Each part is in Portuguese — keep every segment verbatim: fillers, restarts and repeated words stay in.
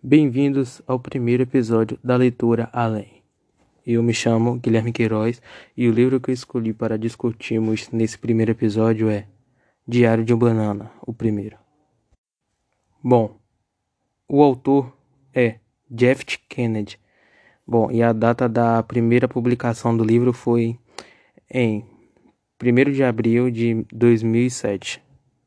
Bem-vindos ao primeiro episódio da Leitura Além. Eu me chamo Guilherme Queiroz e o livro que eu escolhi para discutirmos nesse primeiro episódio é Diário de um Banana, o primeiro. Bom, o autor é Jeff Kennedy. Bom, e a data da primeira publicação do livro foi em primeiro de abril de dois mil e sete.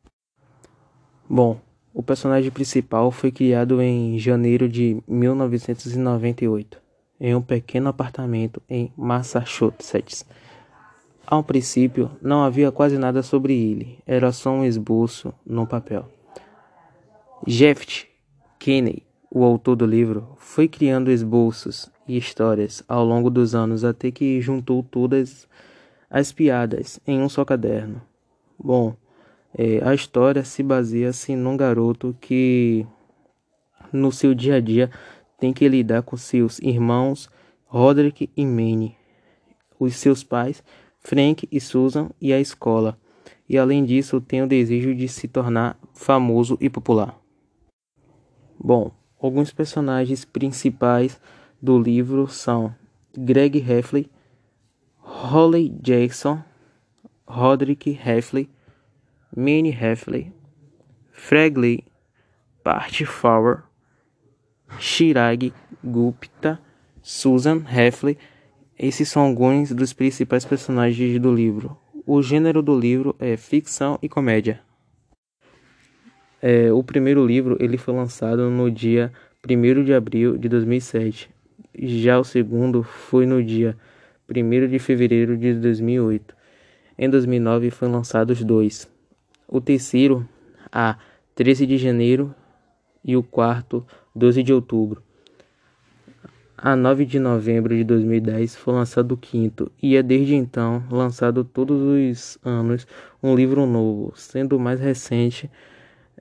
Bom, o personagem principal foi criado em janeiro de mil novecentos e noventa e oito, em um pequeno apartamento em Massachusetts. Ao princípio, não havia quase nada sobre ele, era só um esboço no papel. Jeff Kennedy, o autor do livro, foi criando esboços e histórias ao longo dos anos até que juntou todas as piadas em um só caderno. Bom, É, a história se baseia-se num garoto que, no seu dia a dia, tem que lidar com seus irmãos Roderick e Manny, os seus pais, Frank e Susan, e a escola. E além disso, tem o desejo de se tornar famoso e popular. Bom, alguns personagens principais do livro são Greg Heffley, Holly Jackson, Roderick Heffley, Manny Heffley, Fregley Partfauer, Chirag Gupta, Susan Heffley. Esses são alguns dos principais personagens do livro. O gênero do livro é ficção e comédia. É, o primeiro livro ele foi lançado no dia primeiro de abril de dois mil e sete. Já o segundo foi no dia primeiro de fevereiro de dois mil e oito. Em dois mil e nove foram lançados dois. O terceiro, a treze de janeiro, e o quarto, doze de outubro. A nove de novembro de dois mil e dez foi lançado o quinto, e é desde então lançado todos os anos um livro novo, sendo o mais recente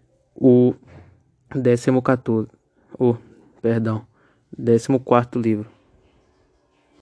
o décimo quatorze, oh, perdão, décimo quarto livro.